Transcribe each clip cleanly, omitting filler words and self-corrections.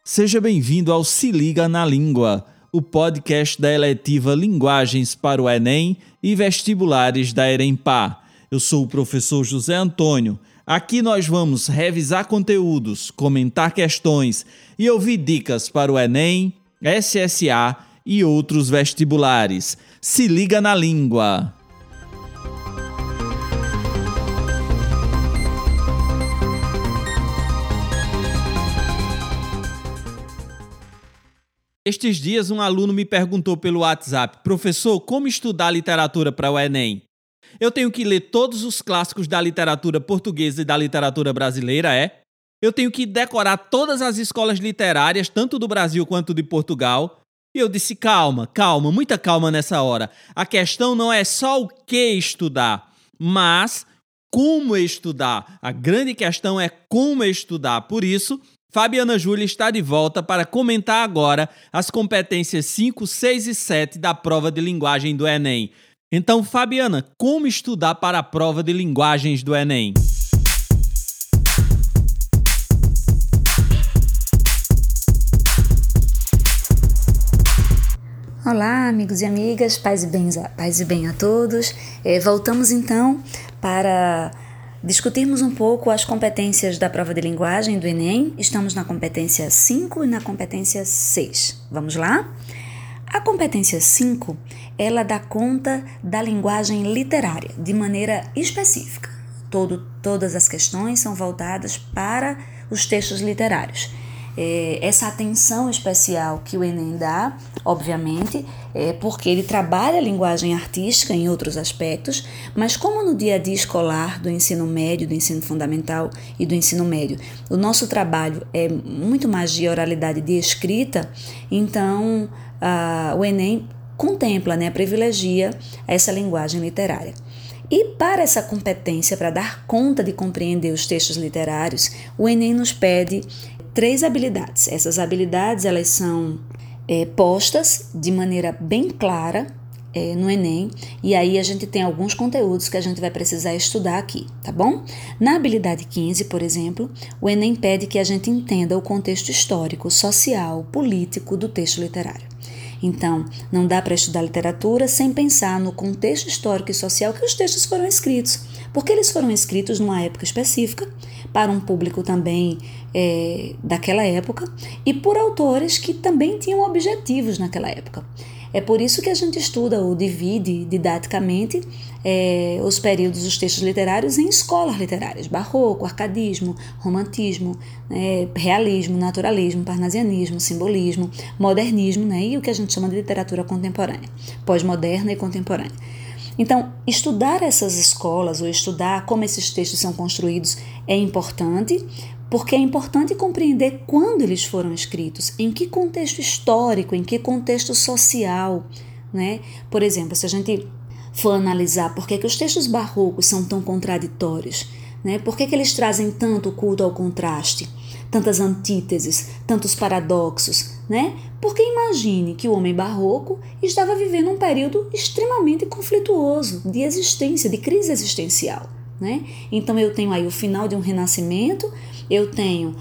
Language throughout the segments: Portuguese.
Seja bem-vindo ao Se Liga na Língua, o podcast da eletiva Linguagens para o Enem e Vestibulares da EREMPA. Eu sou o professor José Antônio. Aqui nós vamos revisar conteúdos, comentar questões e ouvir dicas para o Enem, SSA e outros vestibulares. Se liga na língua! Estes dias um aluno me perguntou pelo WhatsApp: professor, como estudar literatura para o Enem? Eu tenho que ler todos os clássicos da literatura portuguesa e da literatura brasileira, é? Eu tenho que decorar todas as escolas literárias, tanto do Brasil quanto de Portugal? E eu disse: calma, muita calma nessa hora. A questão não é só o que estudar, mas como estudar. A grande questão é como estudar. Por isso, Fabiana Júlia está de volta para comentar agora as competências 5, 6 e 7 da prova de linguagem do Enem. Então, Fabiana, como estudar para a prova de linguagens do Enem? Olá, amigos e amigas, paz e bem a todos. Voltamos então para discutirmos um pouco as competências da prova de linguagem do Enem. Estamos na competência 5 e na competência 6. Vamos lá? A competência 5, ela dá conta da linguagem literária, de maneira específica. Todas as questões são voltadas para os textos literários. Essa atenção especial que o Enem dá, obviamente, é porque ele trabalha a linguagem artística em outros aspectos, mas como no dia a dia escolar do ensino médio, do ensino fundamental e do ensino médio, o nosso trabalho é muito mais de oralidade de escrita, então o Enem contempla, privilegia essa linguagem literária. E para essa competência, para dar conta de compreender os textos literários, o Enem nos pede 3 habilidades. Essas habilidades elas são postas de maneira bem clara no Enem, e aí a gente tem alguns conteúdos que a gente vai precisar estudar aqui, tá bom? Na habilidade 15, por exemplo, o Enem pede que a gente entenda o contexto histórico, social, político do texto literário. Então, não dá para estudar literatura sem pensar no contexto histórico e social que os textos foram escritos, porque eles foram escritos numa época específica, para um público também daquela época, e por autores que também tinham objetivos naquela época. É por isso que a gente estuda ou divide didaticamente os períodos dos textos literários em escolas literárias: barroco, arcadismo, romantismo, realismo, naturalismo, parnasianismo, simbolismo, modernismo, e o que a gente chama de literatura contemporânea, pós-moderna e contemporânea. Então, estudar essas escolas ou estudar como esses textos são construídos é importante, porque é importante compreender quando eles foram escritos, em que contexto histórico, em que contexto social, Por exemplo, se a gente for analisar por que os textos barrocos são tão contraditórios, por que eles trazem tanto culto ao contraste, tantas antíteses, tantos paradoxos, Porque imagine que o homem barroco estava vivendo um período extremamente conflituoso de existência, de crise existencial, Então eu tenho aí o final de um renascimento, eu tenho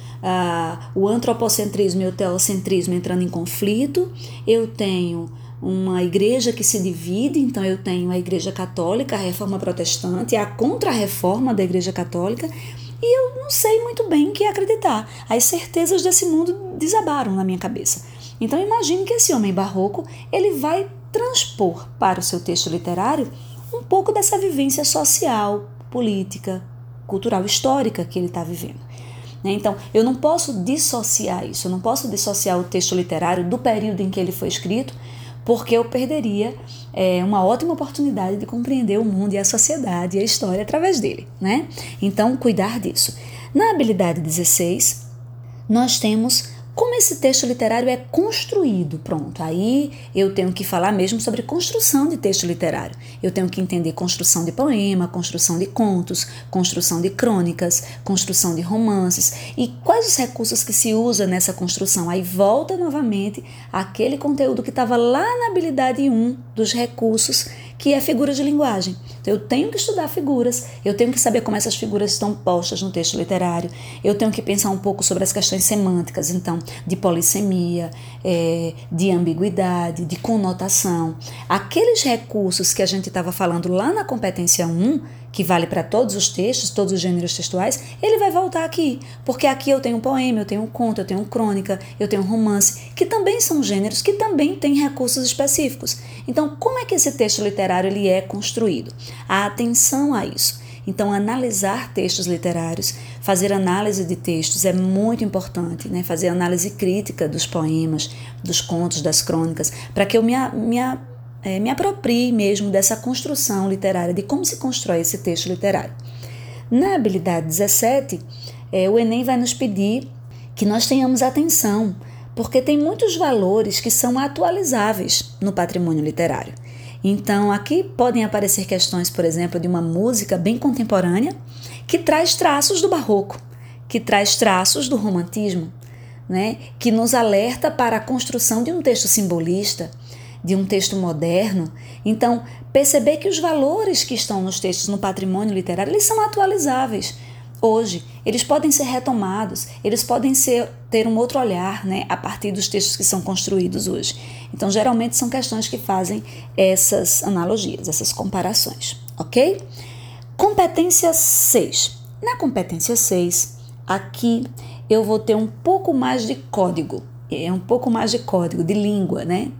o antropocentrismo e o teocentrismo entrando em conflito, eu tenho uma igreja que se divide, então eu tenho a igreja católica, a reforma protestante, a contra-reforma da igreja católica, e eu não sei muito bem o que acreditar. As certezas desse mundo desabaram na minha cabeça. Então imagine que esse homem barroco, ele vai transpor para o seu texto literário um pouco dessa vivência social, política, cultural, histórica que ele está vivendo. Então, eu não posso dissociar isso, eu não posso dissociar o texto literário do período em que ele foi escrito, porque eu perderia uma ótima oportunidade de compreender o mundo e a sociedade e a história através dele, Então, cuidar disso. Na habilidade 16, nós temos como esse texto literário é construído. Pronto, aí eu tenho que falar mesmo sobre construção de texto literário. Eu tenho que entender construção de poema, construção de contos, construção de crônicas, construção de romances e quais os recursos que se usa nessa construção. Aí volta novamente aquele conteúdo que estava lá na habilidade 1 dos recursos, que é figura de linguagem. Então Então eu tenho que estudar figuras, eu tenho que saber como essas figuras estão postas no texto literário, eu tenho que pensar um pouco sobre as questões semânticas, então, de polissemia, de ambiguidade, de conotação. Aqueles recursos que a gente estava falando lá na competência 1, que vale para todos os textos, todos os gêneros textuais, ele vai voltar aqui, porque aqui eu tenho um poema, eu tenho um conto, eu tenho crônica, eu tenho um romance, que também são gêneros que também têm recursos específicos. Então, como é que esse texto literário ele é construído? A atenção a isso. Então, analisar textos literários, fazer análise de textos é muito importante, né? Fazer análise crítica dos poemas, dos contos, das crônicas, para que eu me aproprie mesmo dessa construção literária, de como se constrói esse texto literário. Na habilidade 17, o Enem vai nos pedir que nós tenhamos atenção, porque tem muitos valores que são atualizáveis no patrimônio literário. Então, aqui podem aparecer questões, por exemplo, de uma música bem contemporânea que traz traços do barroco, que traz traços do romantismo, né? Que nos alerta para a construção de um texto simbolista, de um texto moderno. Então, perceber que os valores que estão nos textos no patrimônio literário, eles são atualizáveis. Hoje, eles podem ser retomados, eles podem ter um outro olhar, né, a partir dos textos que são construídos hoje. Então, geralmente são questões que fazem essas analogias, essas comparações, ok? Competência 6. Na competência 6, aqui eu vou ter um pouco mais de código, de língua, né?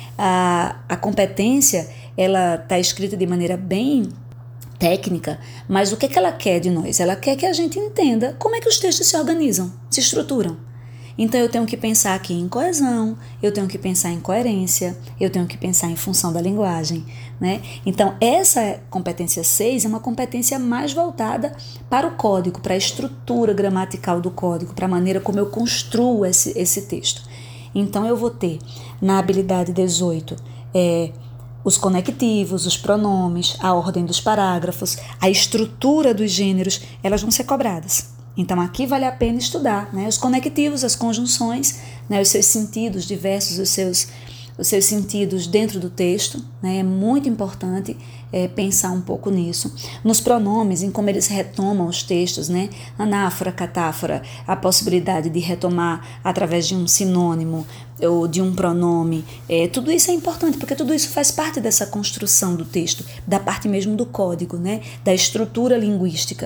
A competência, ela está escrita de maneira bem técnica, mas o que ela quer de nós? Ela quer que a gente entenda como é que os textos se organizam, se estruturam. Então eu tenho que pensar aqui em coesão, eu tenho que pensar em coerência, eu tenho que pensar em função da linguagem, né? Então essa competência 6 é uma competência mais voltada para o código, para a estrutura gramatical do código, para a maneira como eu construo esse texto. Então eu vou ter na habilidade 18 os conectivos, os pronomes, a ordem dos parágrafos, a estrutura dos gêneros, elas vão ser cobradas. Então aqui vale a pena estudar, né? Os conectivos, as conjunções, né? Os seus sentidos diversos, os seus sentidos dentro do texto, né? É muito importante pensar um pouco nisso. Nos pronomes, em como eles retomam os textos, né? Anáfora, catáfora, a possibilidade de retomar através de um sinônimo ou de um pronome. Tudo isso é importante, porque tudo isso faz parte dessa construção do texto, da parte mesmo do código, né? Da estrutura linguística.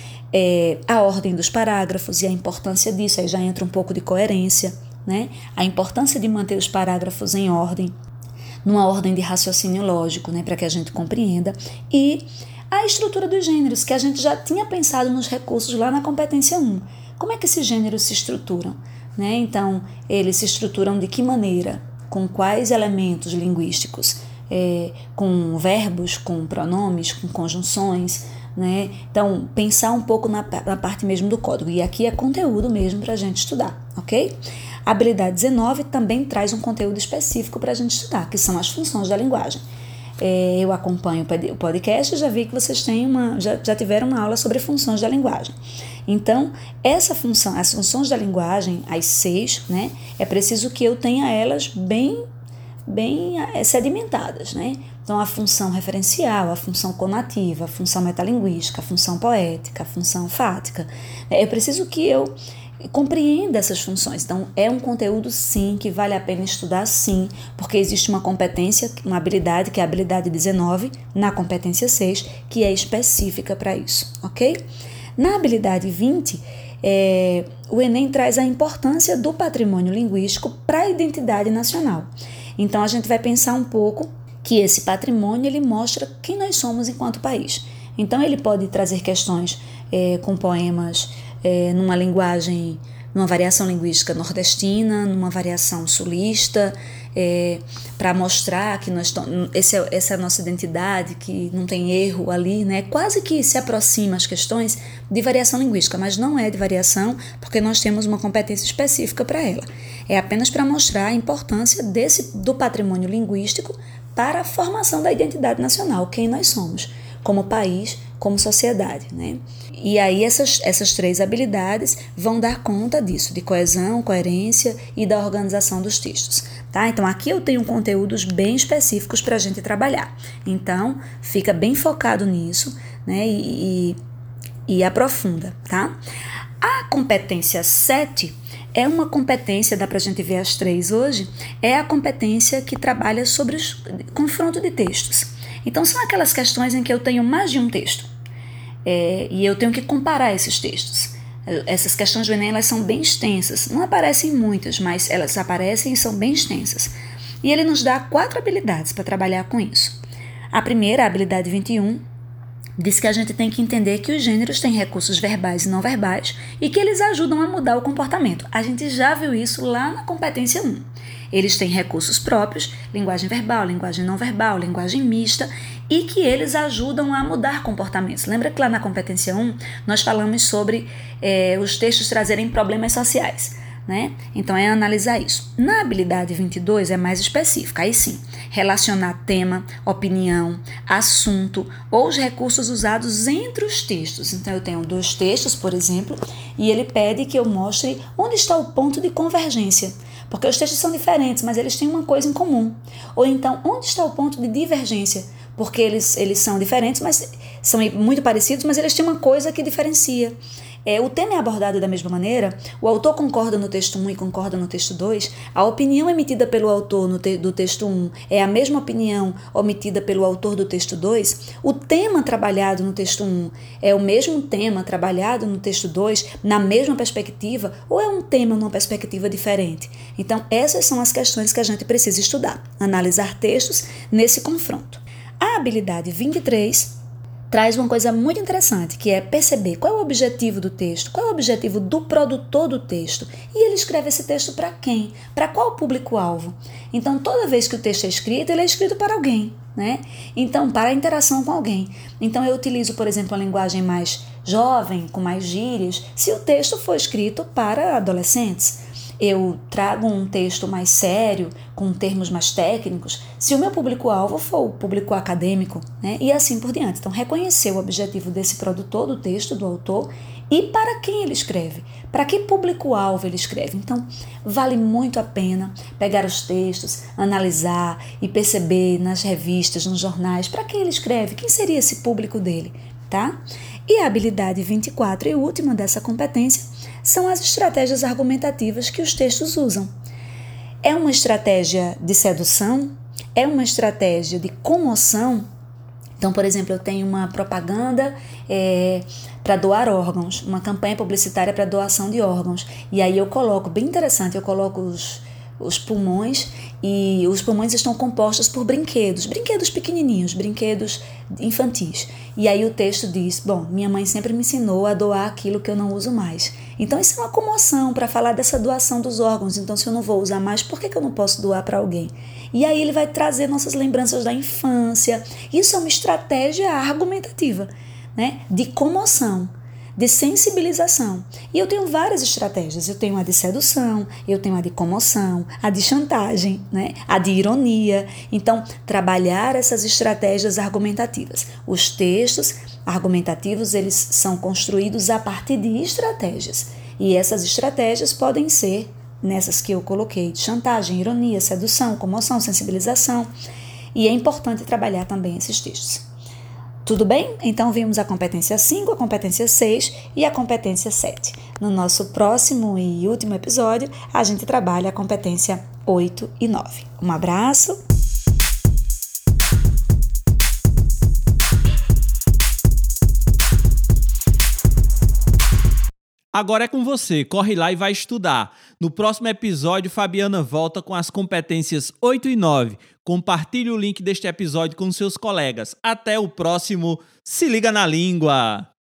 A ordem dos parágrafos e a importância disso, aí já entra um pouco de coerência, né? A importância de manter os parágrafos em ordem, numa ordem de raciocínio lógico, né? Para que a gente compreenda, e a estrutura dos gêneros, que a gente já tinha pensado nos recursos lá na competência 1. Como é que esses gêneros se estruturam, né? Então, eles se estruturam de que maneira? Com quais elementos linguísticos? Com verbos, com pronomes, com conjunções, né? Então, pensar um pouco na parte mesmo do código. E aqui é conteúdo mesmo para a gente estudar, ok? A habilidade 19 também traz um conteúdo específico para a gente estudar, que são as funções da linguagem. Eu acompanho o podcast e já vi que vocês já tiveram uma aula sobre funções da linguagem. Então, as funções da linguagem, as 6, né? É preciso que eu tenha elas bem sedimentadas, né? Então, a função referencial, a função conativa, a função metalinguística, a função poética, a função fática. É preciso que eu compreenda essas funções. Então, é um conteúdo, sim, que vale a pena estudar, sim, porque existe uma competência, uma habilidade, que é a habilidade 19, na competência 6, que é específica para isso, ok? Na habilidade 20, o Enem traz a importância do patrimônio linguístico para a identidade nacional. Então, a gente vai pensar um pouco que esse patrimônio ele mostra quem nós somos enquanto país. Então, ele pode trazer questões com poemas numa linguagem, numa variação linguística nordestina, numa variação sulista, para mostrar que essa é a nossa identidade, que não tem erro ali, né? Quase que se aproxima as questões de variação linguística, mas não é de variação, porque nós temos uma competência específica para ela. É apenas para mostrar a importância do patrimônio linguístico para a formação da identidade nacional, quem nós somos, como país como sociedade, né? E aí essas 3 habilidades vão dar conta disso, de coesão, coerência e da organização dos textos, tá? Então aqui eu tenho conteúdos bem específicos para a gente trabalhar. Então fica bem focado nisso, né? E aprofunda, tá? A competência 7 é uma competência, dá para a gente ver as 3 hoje, é a competência que trabalha sobre o confronto de textos. Então são aquelas questões em que eu tenho mais de um texto. E eu tenho que comparar esses textos. Essas questões do Enem, elas são bem extensas. Não aparecem muitas, mas elas aparecem e são bem extensas. E ele nos dá 4 habilidades para trabalhar com isso. A primeira, a habilidade 21, diz que a gente tem que entender que os gêneros têm recursos verbais e não verbais e que eles ajudam a mudar o comportamento. A gente já viu isso lá na competência 1. Eles têm recursos próprios, linguagem verbal, linguagem não verbal, linguagem mista, e que eles ajudam a mudar comportamentos. Lembra que lá na competência 1 nós falamos sobre os textos trazerem problemas sociais, né? Então é analisar isso. Na habilidade 22 é mais específica, aí sim, relacionar tema, opinião, assunto ou os recursos usados entre os textos. Então eu tenho 2 textos, por exemplo, e ele pede que eu mostre onde está o ponto de convergência. Porque os textos são diferentes, mas eles têm uma coisa em comum. Ou então, onde está o ponto de divergência? Porque eles são diferentes, mas são muito parecidos, mas eles têm uma coisa que diferencia. O tema é abordado da mesma maneira, o autor concorda no texto 1 e concorda no texto 2, a opinião emitida pelo autor do texto 1 é a mesma opinião omitida pelo autor do texto 2, o tema trabalhado no texto 1 é o mesmo tema trabalhado no texto 2 na mesma perspectiva ou é um tema numa perspectiva diferente? Então, essas são as questões que a gente precisa estudar, analisar textos nesse confronto. A habilidade 23 traz uma coisa muito interessante, que é perceber qual é o objetivo do texto, qual é o objetivo do produtor do texto. E ele escreve esse texto para quem? Para qual público-alvo? Então, toda vez que o texto é escrito, ele é escrito para alguém, né? Então, para a interação com alguém. Então, eu utilizo, por exemplo, uma linguagem mais jovem, com mais gírias, se o texto for escrito para adolescentes. Eu trago um texto mais sério, com termos mais técnicos, se o meu público-alvo for o público acadêmico, né? E assim por diante. Então, reconhecer o objetivo desse produtor do texto, do autor, e para quem ele escreve, para que público-alvo ele escreve. Então, vale muito a pena pegar os textos, analisar e perceber nas revistas, nos jornais, para quem ele escreve, quem seria esse público dele, tá? E a habilidade 24 e última dessa competência são as estratégias argumentativas que os textos usam. É uma estratégia de sedução? É uma estratégia de comoção? Então, por exemplo, eu tenho uma propaganda para doar órgãos, uma campanha publicitária para doação de órgãos. E aí eu coloco, bem interessante, eu coloco os pulmões, e os pulmões estão compostos por brinquedos pequenininhos, brinquedos infantis. E aí o texto diz, bom, minha mãe sempre me ensinou a doar aquilo que eu não uso mais. Então isso é uma comoção para falar dessa doação dos órgãos. Então se eu não vou usar mais, por que eu não posso doar para alguém? E aí ele vai trazer nossas lembranças da infância. Isso é uma estratégia argumentativa, né? De comoção, de sensibilização. E eu tenho várias estratégias. Eu tenho a de sedução, eu tenho a de comoção, a de chantagem, né? A de ironia. Então, trabalhar essas estratégias argumentativas. Os textos argumentativos, eles são construídos a partir de estratégias. E essas estratégias podem ser nessas que eu coloquei, de chantagem, ironia, sedução, comoção, sensibilização. E é importante trabalhar também esses textos. Tudo bem? Então vimos a competência 5, a competência 6 e a competência 7. No nosso próximo e último episódio, a gente trabalha a competência 8 e 9. Um abraço! Agora é com você, corre lá e vai estudar. No próximo episódio, Fabiana volta com as competências 8 e 9. Compartilhe o link deste episódio com seus colegas. Até o próximo Se Liga na Língua!